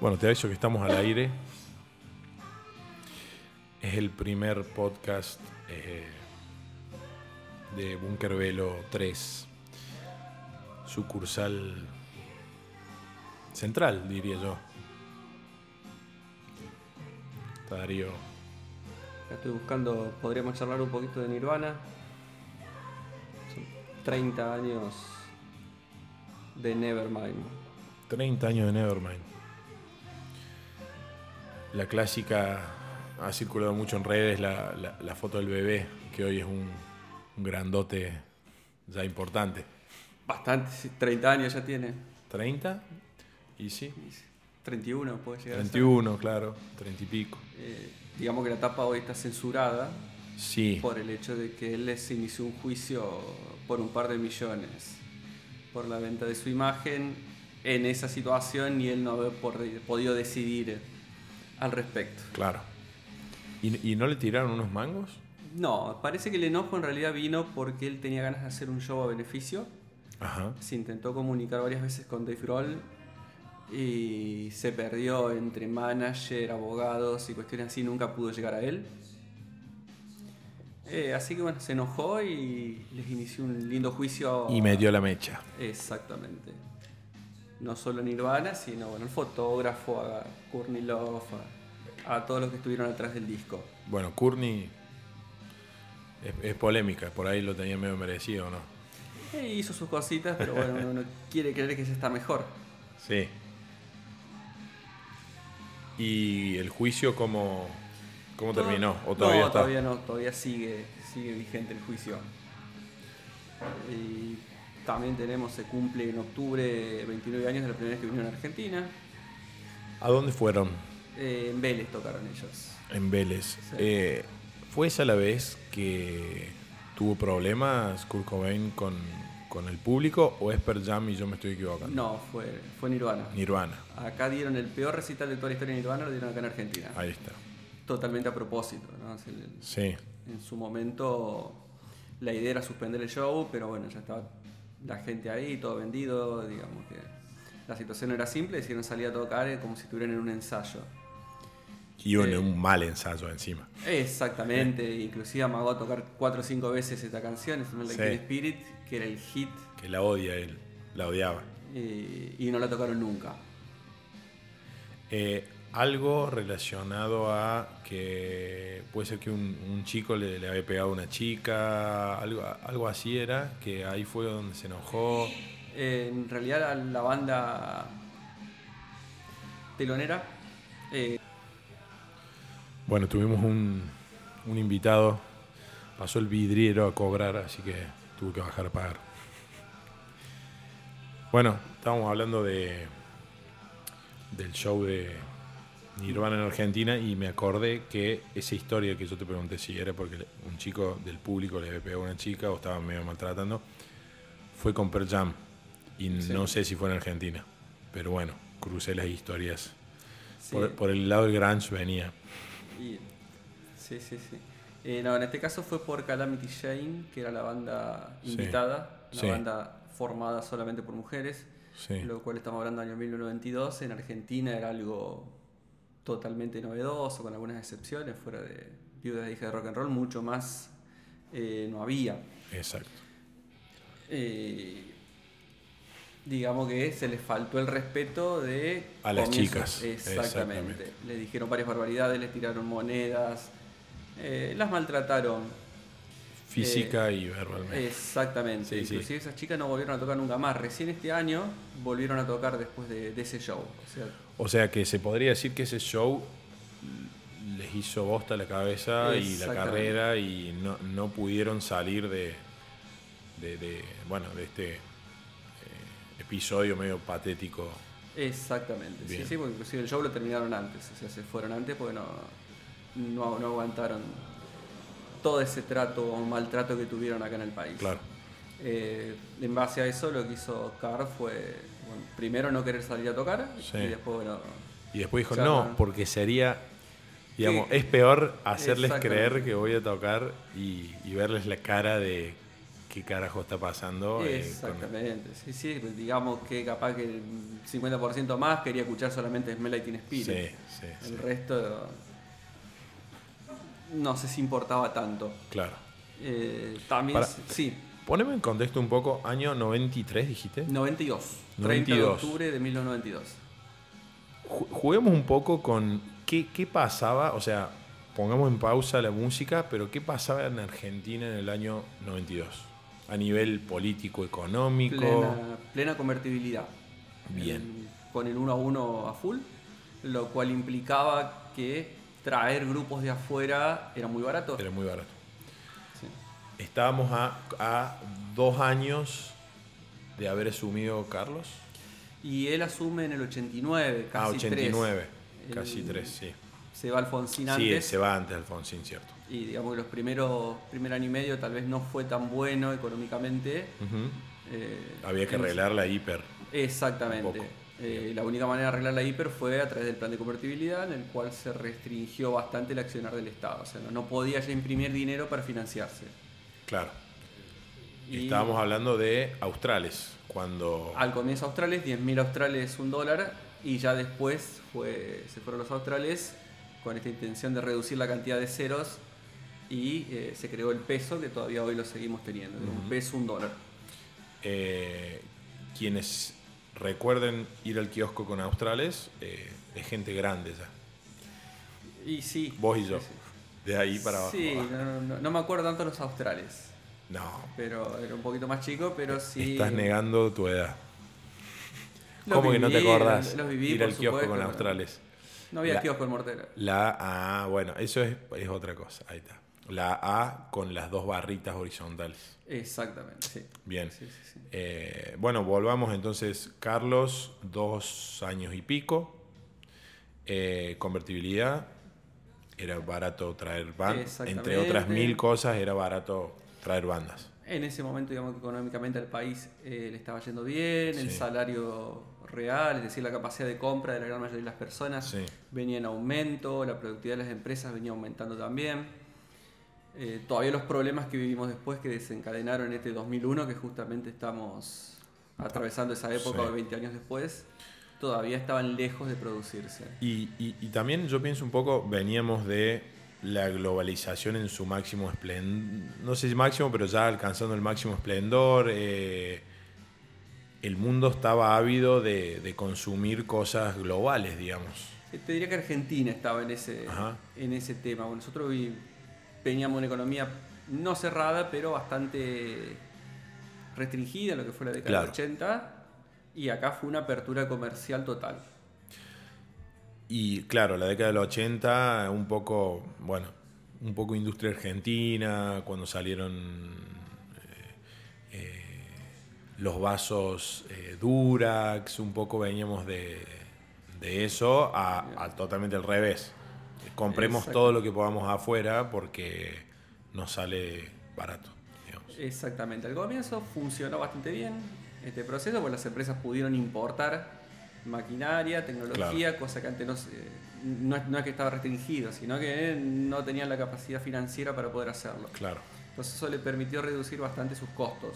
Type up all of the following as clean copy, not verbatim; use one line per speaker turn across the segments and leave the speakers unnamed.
Bueno, te aviso que estamos al aire. Es el primer podcast de Búnker Velo 3, sucursal central, diría yo. Está Darío.
Acá estoy buscando, podríamos charlar un poquito de Nirvana. Son 30 años de Nevermind.
30 años de Nevermind. La clásica, ha circulado mucho en redes la foto del bebé, que hoy es un grandote ya importante.
Bastante, sí, 30 años ya tiene.
¿30? Y sí.
31 puede llegar
31,
a ser.
claro, 30 y pico.
Digamos que la tapa hoy está censurada
Sí,
por el hecho de que él les inició un juicio por un par de millones por la venta de su imagen en esa situación y él no había podido decidir al respecto.
claro. ¿Y no le tiraron unos mangos?
No, parece que el enojo en realidad vino porque él tenía ganas de hacer un show a beneficio.
Ajá.
Se intentó comunicar varias veces con Dave Grohl y se perdió entre manager, abogados y cuestiones así, nunca pudo llegar a él. Así que bueno, se enojó y les inició un lindo juicio.
Y me dio la mecha.
Exactamente. No solo a Nirvana, sino bueno, al fotógrafo, a Courtney Love, a todos los que estuvieron atrás del disco.
Bueno, Courtney es polémica, por ahí lo tenía medio merecido, ¿no?
Hizo sus cositas, pero bueno, uno quiere creer que ya está mejor.
Sí. ¿Y el juicio cómo terminó? ¿O todavía está?
Todavía no, todavía sigue vigente el juicio. Y también se cumple en octubre 29 años de la primera vez que vinieron a Argentina.
¿A dónde fueron?
En Vélez tocaron ellos.
En Vélez.
Sí.
¿Fue esa la vez que tuvo problemas Kurt Cobain con el público o es Pearl Jam y yo me estoy equivocando?
No, fue Nirvana.
Nirvana.
Acá dieron el peor recital de toda la historia de Nirvana, lo dieron acá en Argentina.
Ahí está.
Totalmente a propósito, ¿no?
Sí.
En su momento la idea era suspender el show, pero bueno, ya estaba la gente ahí, todo vendido, digamos que la situación era simple, decidieron salir a tocar como si estuvieran en un ensayo.
Y un mal ensayo encima.
Exactamente, inclusive amagó a tocar 4 o 5 veces esta canción, es una
Sí.
Like Spirit, que era el hit,
Que la odia él, la odiaba.
y no la tocaron nunca.
Algo relacionado a que puede ser que un chico le había pegado a una chica, algo así era, que ahí fue donde se enojó.
En realidad la banda telonera,
Bueno, tuvimos un invitado, pasó el vidriero a cobrar, así que tuvo que bajar a pagar. Bueno, estábamos hablando del show de Nirvana en Argentina y me acordé que esa historia que yo te pregunté si era porque un chico del público le había pegado a una chica o estaba medio maltratando, fue con Pearl Jam y
Sí.
no sé si fue en Argentina, pero bueno, crucé las historias.
sí.
Por el lado del grunge venía.
Sí. No, en este caso fue por Calamity Jane, que era la banda
Sí.
invitada, una
Sí.
banda formada solamente por mujeres,
Sí.
lo cual estamos hablando del año 1992. En Argentina era algo totalmente novedoso, con algunas excepciones, fuera de Viudas de Hijas de Rock and Roll, mucho más no había.
Exacto.
Digamos que se les faltó el respeto
A las
comienzos.
chicas.
Exactamente. Les dijeron varias barbaridades, les tiraron monedas, las maltrataron.
Física y verbalmente.
Exactamente.
Sí, sí.
Inclusive esas chicas no volvieron a tocar nunca más. Recién este año volvieron a tocar después de ese show.
O sea que se podría decir que ese show les hizo bosta la cabeza y la carrera y no pudieron salir de este episodio medio patético.
Exactamente.
Bien.
Sí, porque inclusive el show lo terminaron antes. O sea, se fueron antes porque no aguantaron todo ese trato o maltrato que tuvieron acá en el país.
Claro.
En base a eso lo que hizo Carr fue, bueno, primero no querer salir a tocar.
Sí.
Y después, bueno,
Y después dijo,
ya
no, porque sería, digamos,
Que-
es peor hacerles
Exactamente.
creer que voy a tocar y verles la cara de qué carajo está pasando.
Exactamente, sí, digamos que capaz que el 50% más quería escuchar solamente Smell Like Teen Spirit.
Sí.
El resto no sé si importaba tanto.
Claro.
También, sí.
Poneme en contexto un poco, año 93 dijiste.
92.
92.
30 de octubre de 1992.
Juguemos un poco con qué pasaba, o sea, pongamos en pausa la música, pero qué pasaba en Argentina en el año 92, a nivel político, económico.
Plena convertibilidad.
Bien.
Con el 1-1 a full, lo cual implicaba que traer grupos de afuera era muy barato.
Era muy barato.
Sí.
Estábamos a 2 años de haber asumido Carlos.
Y él asume en el 89, casi
89,
3.
Casi 3, sí.
Se va Alfonsín antes.
Sí, se va antes Alfonsín, cierto.
Y digamos que primer año y medio tal vez no fue tan bueno económicamente.
Uh-huh. Había que arreglar la hiper.
Exactamente. La única manera de arreglar la hiper fue a través del plan de convertibilidad, en el cual se restringió bastante el accionar del Estado. O sea, no podía ya imprimir dinero para financiarse.
Claro. Y estábamos hablando de australes. Cuando...
Al comienzo australes, 10.000 australes, $1, y ya después se fueron los australes con esta intención de reducir la cantidad de ceros y se creó el peso, que todavía hoy lo seguimos teniendo. Uh-huh. Un peso, $1.
Quienes recuerden ir al kiosco con australes, es gente grande ya.
Y sí.
Vos y yo.
Sí.
De ahí para abajo.
Sí, no me acuerdo tanto de los australes.
No.
Pero era un poquito más chico, pero sí.
Estás negando tu edad. ¿Cómo que no te acordás?
Los viví,
ir al kiosco con australes.
No había kiosco en Mortera.
Bueno, eso es otra cosa. Ahí está. La A con las 2 barritas horizontales.
Exactamente, sí.
Bien.
Sí.
Bueno, volvamos entonces. Carlos, 2 años y pico. Convertibilidad. Era barato traer bandas. Entre otras 1000 cosas, era barato traer bandas.
En ese momento, digamos que económicamente al país le estaba yendo bien, el salario real, es decir, la capacidad de compra de la gran mayoría de las personas venía en aumento, la productividad de las empresas venía aumentando también. Todavía los problemas que vivimos después, que desencadenaron en este 2001, que justamente estamos atravesando esa época, 20 años después, todavía estaban lejos de producirse.
Y también yo pienso un poco, veníamos de la globalización en su máximo esplendor, no sé si máximo, pero ya alcanzando el máximo esplendor. El mundo estaba ávido de consumir cosas globales, digamos.
Te diría que Argentina estaba en ese tema. Bueno, nosotros teníamos una economía no cerrada, pero bastante restringida en lo que fue la década del 80, y acá fue una apertura comercial total.
Y claro, la década del 80, un poco industria argentina, cuando salieron los vasos Durax, un poco veníamos de eso a totalmente al revés. Compremos todo lo que podamos afuera porque nos sale barato, digamos.
Exactamente. Al comienzo funcionó bastante bien este proceso, porque las empresas pudieron importar maquinaria, tecnología, cosa que antes no es que estaba restringido, sino que no tenían la capacidad financiera para poder hacerlo.
Claro.
Entonces eso le permitió reducir bastante sus costos.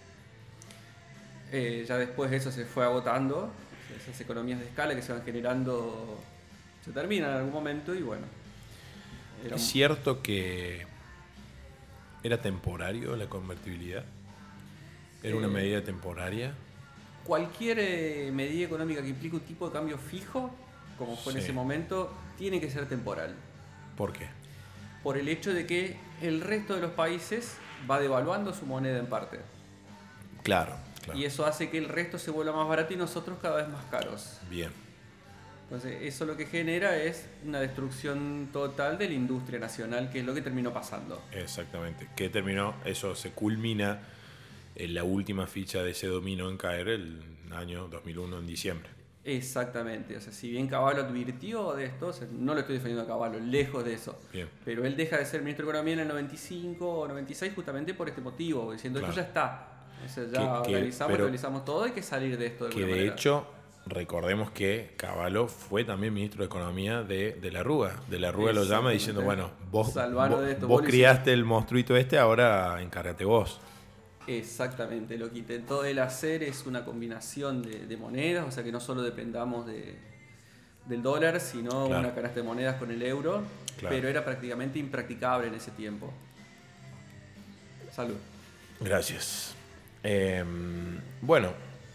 Ya después eso se fue agotando, esas economías de escala que se van generando se terminan en algún momento y bueno.
¿Es cierto que era temporario la convertibilidad? ¿Era una medida temporaria?
Cualquier medida económica que implique un tipo de cambio fijo, como fue en ese momento, tiene que ser temporal.
¿Por qué?
Por el hecho de que el resto de los países va devaluando su moneda en parte.
Claro.
Y eso hace que el resto se vuelva más barato y nosotros cada vez más caros.
Bien.
Entonces eso lo que genera es una destrucción total de la industria nacional, que es lo que terminó pasando.
Exactamente. ¿Qué terminó? Eso se culmina en la última ficha de ese dominó en caer el año 2001 en diciembre.
Exactamente. O sea, si bien Cavallo advirtió de esto, o sea, no lo estoy defendiendo a Cavallo, lejos de eso.
Bien.
Pero él deja de ser ministro de Economía en el 95 o 96 justamente por este motivo, diciendo esto ya está. O sea, ya organizamos todo, hay que salir de esto de alguna manera.
De hecho, recordemos que Cavallo fue también ministro de Economía de la Rúa. De la Rúa lo llama diciendo, bueno, vos criaste el monstruito ahora encárgate vos.
Exactamente, lo que intentó él hacer es una combinación de monedas, o sea que no solo dependamos del dólar, sino
Claro.
una canasta de monedas con el euro,
Claro.
pero era prácticamente impracticable en ese tiempo. Salud.
Gracias. Bueno,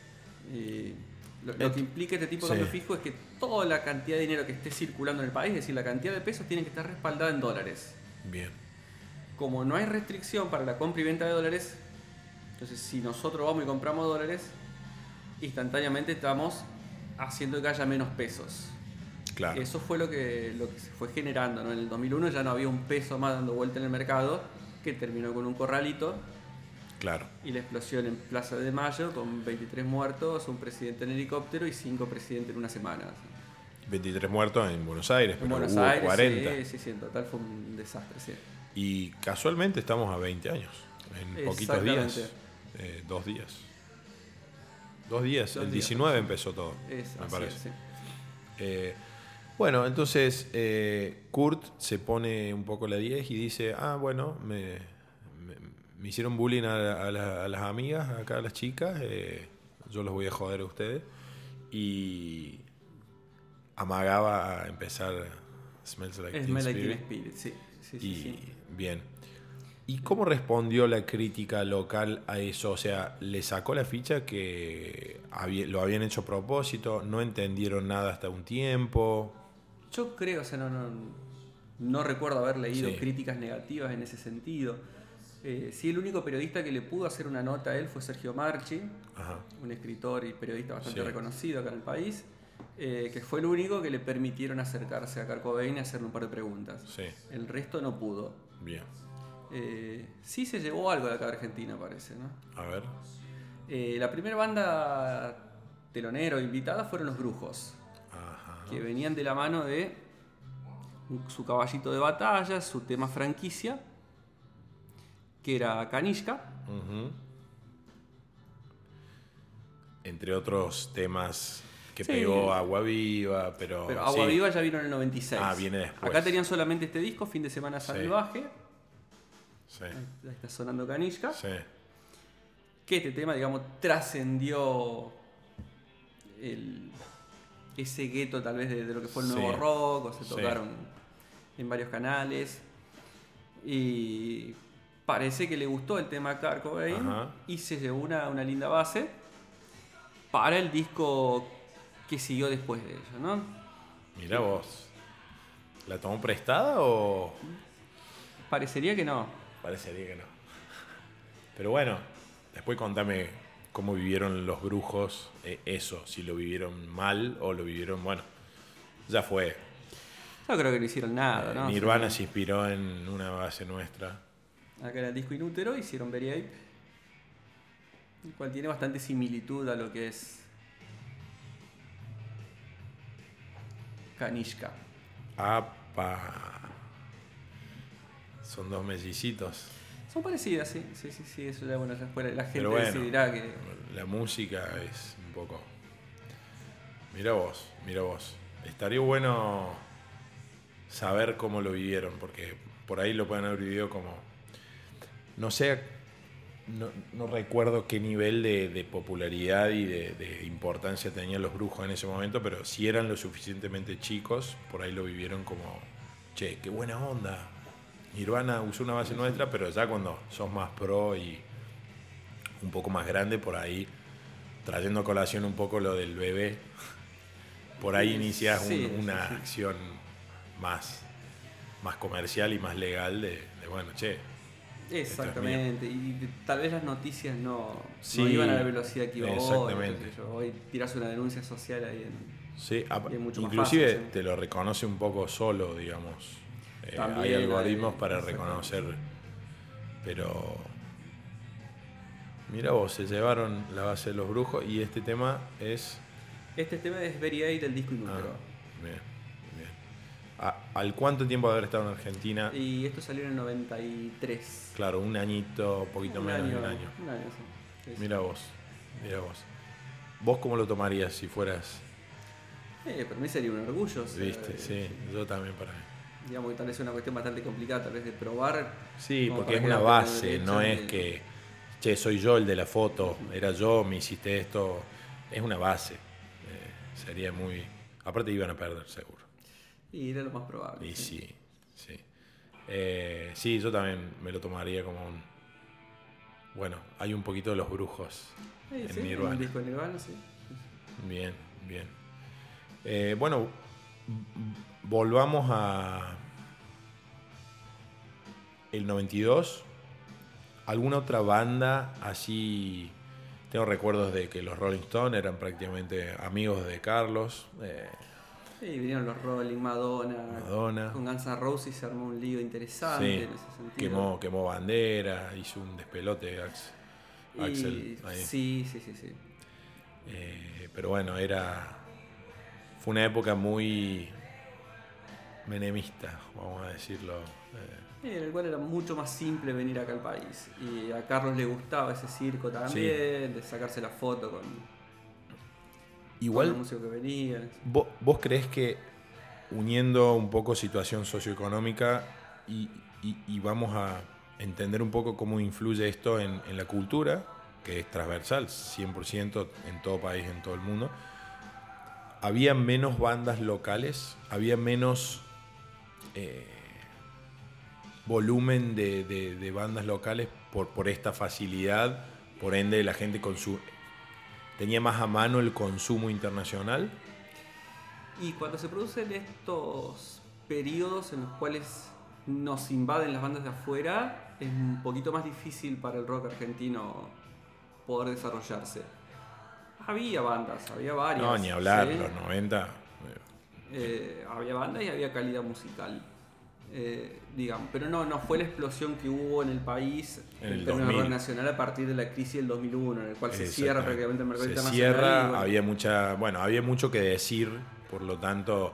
Y lo que implica este tipo de
Sí.
cambio fijo es que toda la cantidad de dinero que esté circulando en el país, es decir, la cantidad de pesos, tiene que estar respaldada en dólares.
bien.
Como no hay restricción para la compra y venta de dólares, entonces si nosotros vamos y compramos dólares, instantáneamente estamos haciendo que haya menos pesos.
Claro.
Eso fue lo que se fue generando, ¿no? En el 2001 ya no había un peso más dando vuelta en el mercado, que terminó con un corralito
Claro.
y la explosión en Plaza de Mayo con 23 muertos, un presidente en helicóptero y 5 presidentes en una semana.
23 muertos en Buenos Aires,
En
pero
Buenos
hubo
Aires,
40.
sí, en total fue un desastre, sí.
Y casualmente estamos a 20 años. En poquitos días. 2 días. 2 días. El 19 empezó todo, me parece.
Sí.
Bueno, entonces Kurt se pone un poco la 10 y dice, bueno, me hicieron bullying a las amigas, acá a las chicas, yo los voy a joder a ustedes. Y amagaba a empezar Smells Like Teen Spirit.
Sí.
Bien. ¿Y cómo respondió la crítica local a eso? O sea, ¿le sacó la ficha que lo habían hecho a propósito? ¿No entendieron nada hasta un tiempo?
Yo creo, o sea, no recuerdo haber leído
Sí.
críticas negativas en ese sentido. Sí, el único periodista que le pudo hacer una nota a él fue Sergio Marchi,
Ajá.
un escritor y periodista bastante
Sí.
reconocido acá en el país, que fue el único que le permitieron acercarse a Kurt Cobain y hacerle un par de preguntas.
Sí.
El resto no pudo.
Bien.
Sí se llevó algo de acá de Argentina, parece, ¿no?
A ver.
La primera banda telonera o invitada fueron Los Brujos,
Ajá.
que venían de la mano de su caballito de batalla, su tema franquicia, que era Kanishka.
Ujú. Entre otros temas que
Sí.
pegó Agua Viva, pero
Agua
sí.
Viva ya vino en el 96.
Viene después.
Acá tenían solamente este disco, Fin de Semana Salvaje.
Sí.
Ahí está sonando Kanishka.
Sí.
Que este tema, digamos, trascendió ese gueto tal vez de lo que fue el nuevo
Sí.
rock, o se
Sí.
tocaron en varios canales. Y parece que le gustó el tema a Kurt Cobain.
Ajá.
Y se llevó una linda base para el disco que siguió después de ello, ¿no?
Mirá vos. ¿La tomó prestada o...?
Parecería que no.
Parecería que no. Pero bueno, después contame cómo vivieron los brujos eso, si lo vivieron mal o lo vivieron, bueno, ya fue.
Yo creo que no hicieron nada, ¿no?
Nirvana
O sea,
se inspiró en una base nuestra.
acá era el disco Inútero, hicieron Very Ape, el cual tiene bastante similitud a lo que es Kanishka.
¡Apa! Son dos mellicitos.
Son parecidas, sí, eso ya, bueno, ya después la gente
Pero bueno,
decidirá que...
la música es un poco... Mira vos. Estaría bueno saber cómo lo vivieron, porque por ahí lo pueden haber vivido como... No sé, no recuerdo qué nivel de popularidad y de importancia tenían los brujos en ese momento, pero si eran lo suficientemente chicos, por ahí lo vivieron como, che, qué buena onda. Nirvana usó una base nuestra, pero ya cuando sos más pro y un poco más grande, por ahí, trayendo a colación un poco lo del bebé, por ahí iniciás una acción más comercial y más legal de bueno, che.
Exactamente, y tal vez las noticias no
Sí,
iban a la velocidad que iba
exactamente.
Hoy tirás una denuncia social ahí en...
Sí,
y es mucho más
inclusive
fácil, sí.
te lo reconoce un poco solo, digamos.
También
hay algoritmos para
exactamente.
reconocer, pero mira vos, se llevaron la base de los brujos y este tema es...
Este tema es Very Ape del disco Inútero.
Bien. ¿Al cuánto tiempo de haber estado en Argentina?
Y esto salió en el 93.
Claro, un añito, poquito menos de un año.
Un año, sí.
Mira vos. ¿Vos cómo lo tomarías si fueras?
Para mí sería un orgullo.
Viste, sí, yo también para mí.
Digamos que tal vez es una cuestión bastante complicada, tal vez de probar.
Sí,
como
porque
para
es una
quedarte
base,
derecho
no
y-
es que che, soy yo el de la foto, era yo, me hiciste esto, es una base. Sería muy... Aparte iban a perder, seguro.
Y era lo más probable.
Y sí. Sí, yo también me lo tomaría como un... Bueno, hay un poquito de los brujos en Nirvana.
En el disco de Nirvana, sí.
Bien. Bueno, volvamos a el 92. ¿Alguna otra banda así? Tengo recuerdos de que los Rolling Stones eran prácticamente amigos de Carlos.
Sí, vinieron los Rolling, Madonna. Con Guns N' Roses se armó un lío interesante en ese sentido.
Quemó bandera, hizo un despelote Axel ahí.
Sí.
Pero bueno, fue una época muy menemista, vamos a decirlo.
En el cual era mucho más simple venir acá al país. Y a Carlos le gustaba ese circo también, de sacarse la foto con los músicos que venían.
¿Vos creés que uniendo un poco situación socioeconómica y vamos a entender un poco cómo influye esto en la cultura, que es transversal, 100% en todo país, en todo el mundo, había menos bandas locales, había menos volumen de bandas locales por esta facilidad, por ende la gente tenía más a mano el consumo internacional?
Y cuando se producen estos periodos en los cuales nos invaden las bandas de afuera, es un poquito más difícil para el rock argentino poder desarrollarse. Había bandas, había varias.
No, ni hablar,
¿sí?
Los 90.
Había bandas y había calidad musical. Digamos, pero no fue la explosión que hubo en el país
en el
términos de rock nacional a partir de la crisis del 2001, en el cual se cierra prácticamente el mercado internacional.
Había mucho que decir, por lo tanto...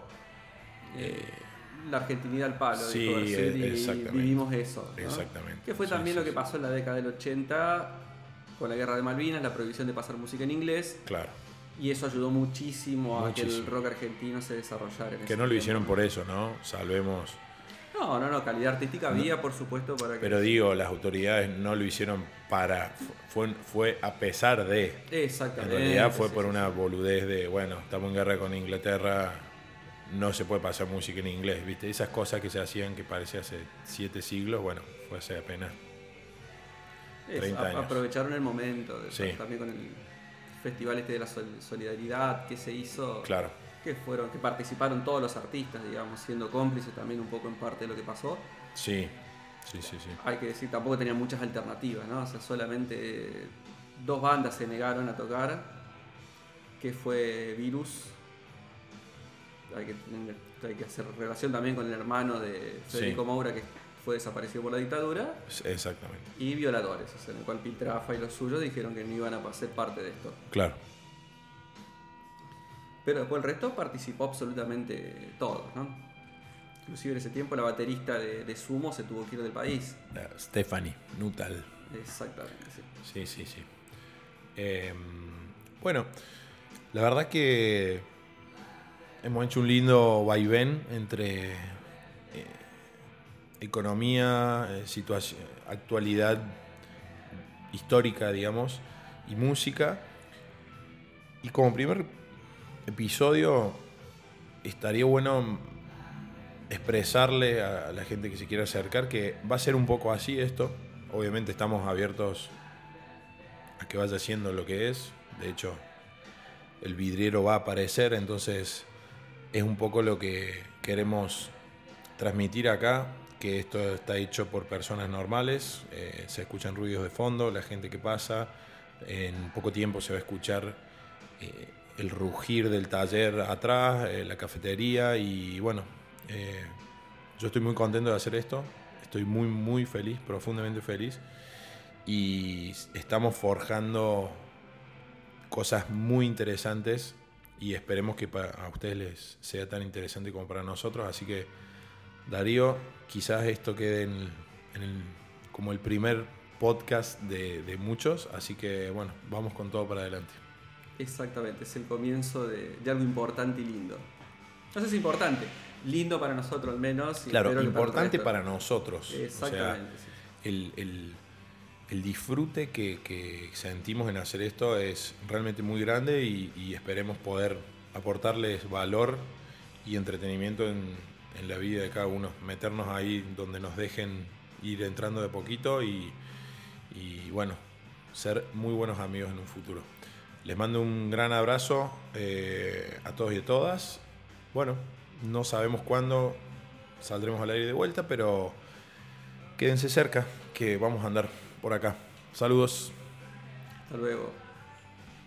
la argentinidad al palo,
sí,
y vivimos eso, ¿no?
Exactamente.
Que fue también lo que pasó en la década del 80 con la guerra de Malvinas, la prohibición de pasar música en inglés.
Claro.
Y eso ayudó muchísimo a que el rock argentino se desarrollara.
Que no lo hicieron por eso, ¿no? Salvemos.
No, calidad artística había, por supuesto, para que...
Pero digo, las autoridades no lo hicieron fue a pesar de...
Exactamente.
En realidad fue por una boludez de, bueno, estamos en guerra con Inglaterra, no se puede pasar música en inglés, ¿viste? Esas cosas que se hacían que parecía hace 7 siglos, bueno, fue hace apenas 30 años.
Aprovecharon el momento, también con el festival de la solidaridad que se hizo.
Claro.
Que participaron todos los artistas, digamos, siendo cómplices también un poco en parte de lo que pasó.
Sí.
Hay que decir, tampoco tenían muchas alternativas, ¿no? O sea, solamente 2 bandas se negaron a tocar, que fue Virus. Hay que hacer relación también con el hermano de Federico Moura, que fue desaparecido por la dictadura.
Exactamente.
Y Violadores, o sea, en el cual Piltrafa y los suyos dijeron que no iban a ser parte de esto.
Claro.
Pero después el resto participó absolutamente todos, ¿no? Inclusive en ese tiempo la baterista de Sumo se tuvo que ir del país.
Stephanie Nuttall.
Exactamente, sí.
Sí. Bueno, la verdad que hemos hecho un lindo vaivén entre economía, situación, actualidad histórica, digamos, y música. Y como primer episodio estaría bueno expresarle a la gente que se quiera acercar que va a ser un poco así esto. Obviamente estamos abiertos a que vaya siendo lo que es. De hecho, el vidriero va a aparecer, entonces es un poco lo que queremos transmitir acá, que esto está hecho por personas normales. Se escuchan ruidos de fondo, la gente que pasa. En poco tiempo se va a escuchar el rugir del taller atrás, la cafetería, y bueno, yo estoy muy contento de hacer esto, estoy muy muy feliz, profundamente feliz, y estamos forjando cosas muy interesantes y esperemos que a ustedes les sea tan interesante como para nosotros. Así que Darío, quizás esto quede como el primer podcast de muchos, así que bueno, vamos con todo para adelante.
Exactamente, es el comienzo de algo importante y lindo. No sé si importante, lindo para nosotros al menos.
Claro, importante para nosotros.
Exactamente.
O sea, el disfrute que sentimos en hacer esto es realmente muy grande y esperemos poder aportarles valor y entretenimiento en la vida de cada uno, meternos ahí donde nos dejen ir entrando de poquito y bueno, ser muy buenos amigos en un futuro. Les mando un gran abrazo a todos y a todas. Bueno, no sabemos cuándo saldremos al aire de vuelta, pero quédense cerca, que vamos a andar por acá. Saludos.
Hasta luego.